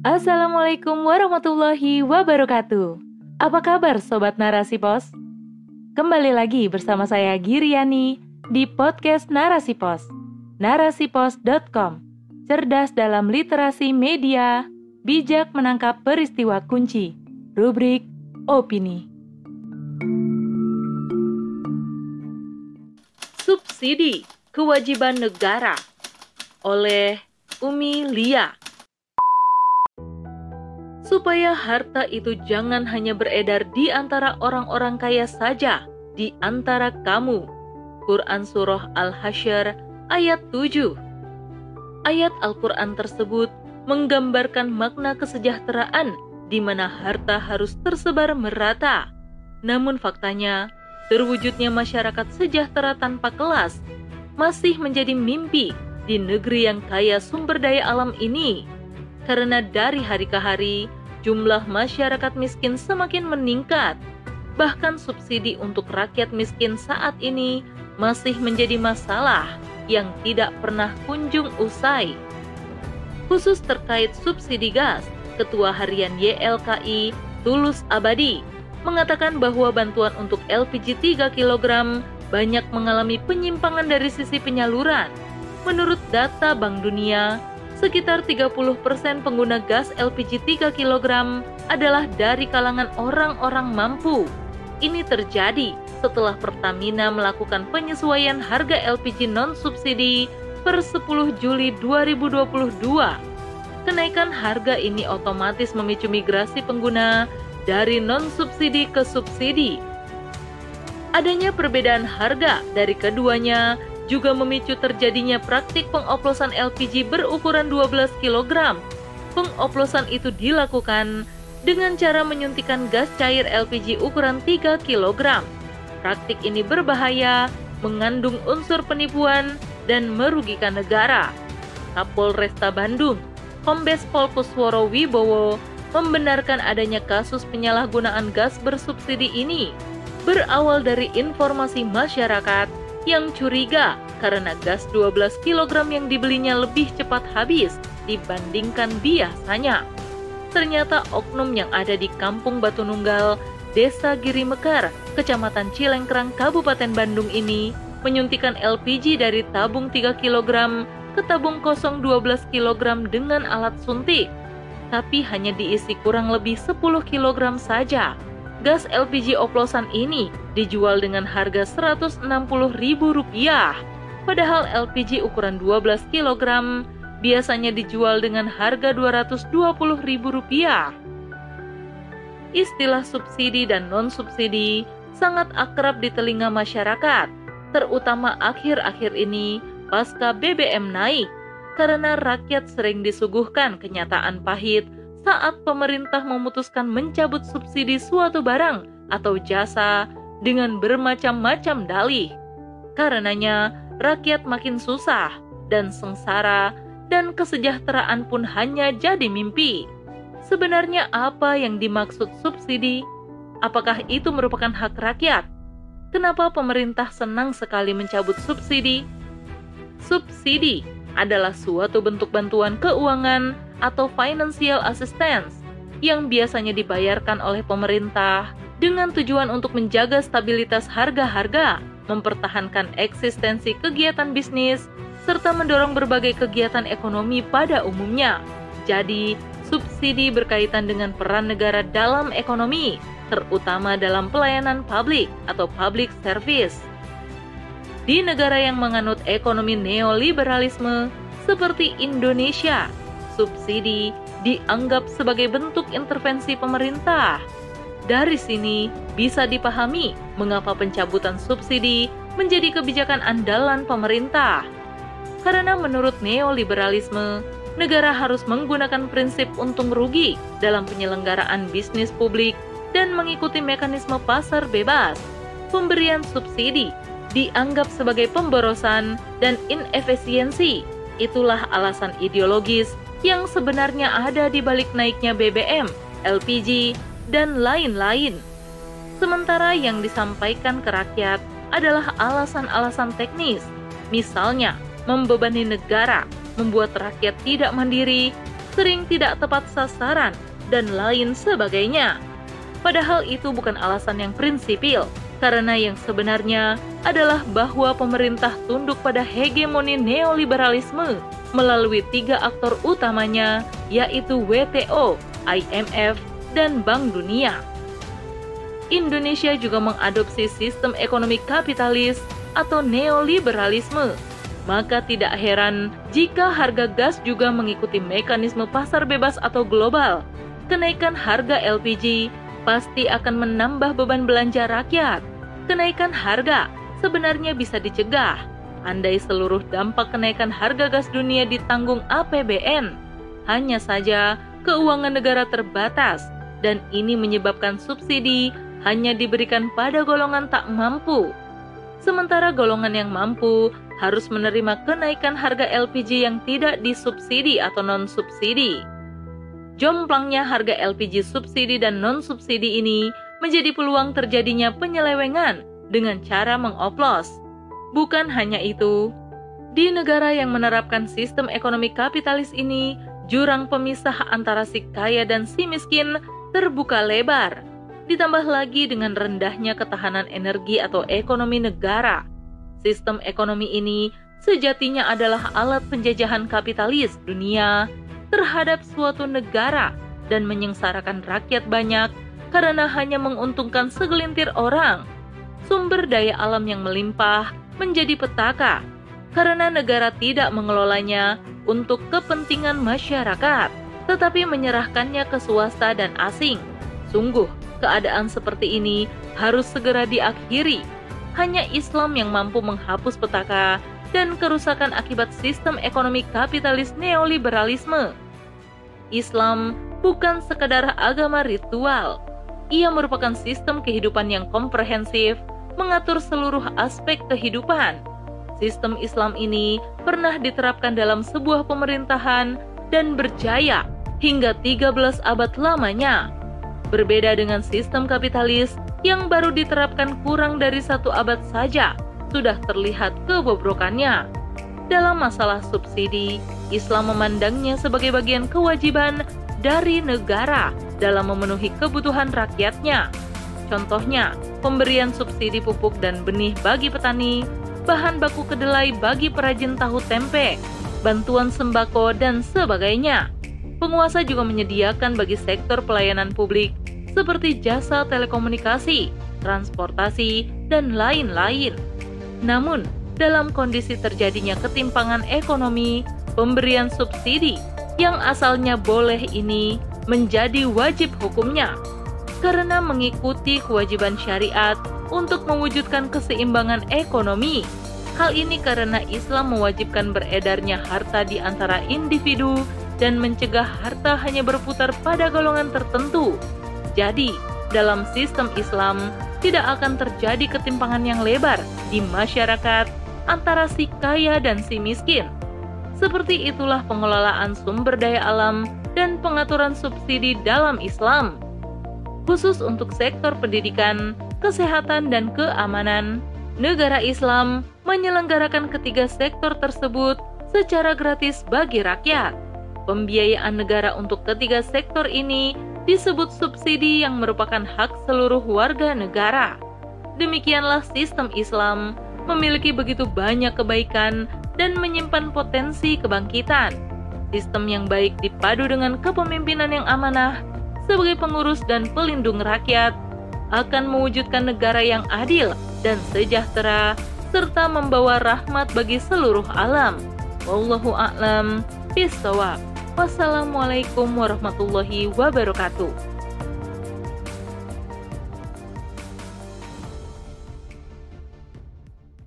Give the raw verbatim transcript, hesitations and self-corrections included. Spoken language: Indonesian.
Assalamualaikum warahmatullahi wabarakatuh. Apa kabar Sobat Narasi Pos? Kembali lagi bersama saya Giriani di podcast Narasi Pos, narasipos dot com. Cerdas dalam literasi media, bijak menangkap peristiwa kunci. Rubrik Opini. Subsidi Kewajiban Negara oleh Umi Lia. Supaya harta itu jangan hanya beredar di antara orang-orang kaya saja, di antara kamu. Quran Surah Al-Hasyr ayat tujuh. Ayat Al-Quran tersebut menggambarkan makna kesejahteraan di mana harta harus tersebar merata. Namun faktanya, terwujudnya masyarakat sejahtera tanpa kelas masih menjadi mimpi di negeri yang kaya sumber daya alam ini. Karena dari hari ke hari, jumlah masyarakat miskin semakin meningkat. Bahkan subsidi untuk rakyat miskin saat ini masih menjadi masalah yang tidak pernah kunjung usai. Khusus terkait subsidi gas, Ketua Harian Y L K I Tulus Abadi mengatakan bahwa bantuan untuk L P G tiga kilogram banyak mengalami penyimpangan dari sisi penyaluran. Menurut data Bank Dunia, sekitar tiga puluh persen pengguna gas L P G tiga kilogram adalah dari kalangan orang-orang mampu. Ini terjadi setelah Pertamina melakukan penyesuaian harga L P G non-subsidi per sepuluh Juli dua ribu dua puluh dua. Kenaikan harga ini otomatis memicu migrasi pengguna dari non-subsidi ke subsidi. Adanya perbedaan harga dari keduanya juga memicu terjadinya praktik pengoplosan L P G berukuran dua belas kilogram. Pengoplosan itu dilakukan dengan cara menyuntikkan gas cair L P G ukuran tiga kilogram. Praktik ini berbahaya, mengandung unsur penipuan, dan merugikan negara. Kapolresta Bandung, Kombes Pol Kusworo Wibowo, membenarkan adanya kasus penyalahgunaan gas bersubsidi ini. Berawal dari informasi masyarakat yang curiga karena gas dua belas kilogram yang dibelinya lebih cepat habis dibandingkan biasanya. Ternyata oknum yang ada di Kampung Batu Nunggal, Desa Giri Mekar, Kecamatan Cilengkrang, Kabupaten Bandung ini menyuntikkan L P G dari tabung tiga kilogram ke tabung kosong dua belas kilogram dengan alat suntik, tapi hanya diisi kurang lebih sepuluh kilogram saja. Gas L P G oplosan ini dijual dengan harga seratus enam puluh ribu rupiah, padahal L P G ukuran dua belas kilogram biasanya dijual dengan harga dua ratus dua puluh ribu rupiah. Istilah subsidi dan non-subsidi sangat akrab di telinga masyarakat, terutama akhir-akhir ini pasca B B M naik, karena rakyat sering disuguhkan kenyataan pahit saat pemerintah memutuskan mencabut subsidi suatu barang atau jasa dengan bermacam-macam dalih. Karenanya, rakyat makin susah dan sengsara dan kesejahteraan pun hanya jadi mimpi. Sebenarnya apa yang dimaksud subsidi? Apakah itu merupakan hak rakyat? Kenapa pemerintah senang sekali mencabut subsidi? Subsidi adalah suatu bentuk bantuan keuangan atau financial assistance yang biasanya dibayarkan oleh pemerintah dengan tujuan untuk menjaga stabilitas harga-harga, mempertahankan eksistensi kegiatan bisnis, serta mendorong berbagai kegiatan ekonomi pada umumnya. Jadi, subsidi berkaitan dengan peran negara dalam ekonomi, terutama dalam pelayanan publik atau public service. Di negara yang menganut ekonomi neoliberalisme seperti Indonesia, subsidi dianggap sebagai bentuk intervensi pemerintah. Dari sini bisa dipahami mengapa pencabutan subsidi menjadi kebijakan andalan pemerintah. Karena menurut neoliberalisme, negara harus menggunakan prinsip untung rugi dalam penyelenggaraan bisnis publik dan mengikuti mekanisme pasar bebas. Pemberian subsidi dianggap sebagai pemborosan dan inefisiensi. Itulah alasan ideologis yang sebenarnya ada di balik naiknya B B M, L P G, dan lain-lain. Sementara yang disampaikan ke rakyat adalah alasan-alasan teknis, misalnya membebani negara, membuat rakyat tidak mandiri, sering tidak tepat sasaran, dan lain sebagainya. Padahal itu bukan alasan yang prinsipil, karena yang sebenarnya adalah bahwa pemerintah tunduk pada hegemoni neoliberalisme melalui tiga aktor utamanya, yaitu W T O, I M F, dan Bank Dunia. Indonesia juga mengadopsi sistem ekonomi kapitalis atau neoliberalisme. Maka tidak heran jika harga gas juga mengikuti mekanisme pasar bebas atau global. Kenaikan harga L P G pasti akan menambah beban belanja rakyat. Kenaikan harga sebenarnya bisa dicegah andai seluruh dampak kenaikan harga gas dunia ditanggung A P B N. Hanya saja keuangan negara terbatas dan ini menyebabkan subsidi hanya diberikan pada golongan tak mampu. Sementara golongan yang mampu harus menerima kenaikan harga L P G yang tidak disubsidi atau non-subsidi. Jomplangnya harga L P G subsidi dan non-subsidi ini menjadi peluang terjadinya penyelewengan dengan cara mengoplos. Bukan hanya itu, di negara yang menerapkan sistem ekonomi kapitalis ini, jurang pemisah antara si kaya dan si miskin terbuka lebar. Ditambah lagi dengan rendahnya ketahanan energi atau ekonomi negara. Sistem ekonomi ini sejatinya adalah alat penjajahan kapitalis dunia terhadap suatu negara dan menyengsarakan rakyat banyak karena hanya menguntungkan segelintir orang. Sumber daya alam yang melimpah menjadi petaka karena negara tidak mengelolanya untuk kepentingan masyarakat, tetapi menyerahkannya ke swasta dan asing. Sungguh, keadaan seperti ini harus segera diakhiri. Hanya Islam yang mampu menghapus petaka dan kerusakan akibat sistem ekonomi kapitalis neoliberalisme. Islam bukan sekadar agama ritual. Ia merupakan sistem kehidupan yang komprehensif, mengatur seluruh aspek kehidupan. Sistem Islam ini pernah diterapkan dalam sebuah pemerintahan dan berjaya hingga tiga belas abad lamanya. Berbeda dengan sistem kapitalis yang baru diterapkan kurang dari satu abad saja, sudah terlihat kebobrokannya. Dalam masalah subsidi, Islam memandangnya sebagai bagian kewajiban dari negara dalam memenuhi kebutuhan rakyatnya. Contohnya, pemberian subsidi pupuk dan benih bagi petani, bahan baku kedelai bagi perajin tahu tempe, bantuan sembako, dan sebagainya. Penguasa juga menyediakan bagi sektor pelayanan publik seperti jasa telekomunikasi, transportasi, dan lain-lain. Namun, dalam kondisi terjadinya ketimpangan ekonomi, pemberian subsidi yang asalnya boleh ini menjadi wajib hukumnya karena mengikuti kewajiban syariat untuk mewujudkan keseimbangan ekonomi. Hal ini karena Islam mewajibkan beredarnya harta di antara individu dan mencegah harta hanya berputar pada golongan tertentu. Jadi, dalam sistem Islam tidak akan terjadi ketimpangan yang lebar di masyarakat antara si kaya dan si miskin. Seperti itulah pengelolaan sumber daya alam dan pengaturan subsidi dalam Islam. Khusus untuk sektor pendidikan, kesehatan, dan keamanan, negara Islam menyelenggarakan ketiga sektor tersebut secara gratis bagi rakyat. Pembiayaan negara untuk ketiga sektor ini disebut subsidi yang merupakan hak seluruh warga negara. Demikianlah sistem Islam memiliki begitu banyak kebaikan dan menyimpan potensi kebangkitan. Sistem yang baik dipadu dengan kepemimpinan yang amanah sebagai pengurus dan pelindung rakyat akan mewujudkan negara yang adil dan sejahtera serta membawa rahmat bagi seluruh alam. Wallahu a'lam bishawab. Wassalamualaikum warahmatullahi wabarakatuh.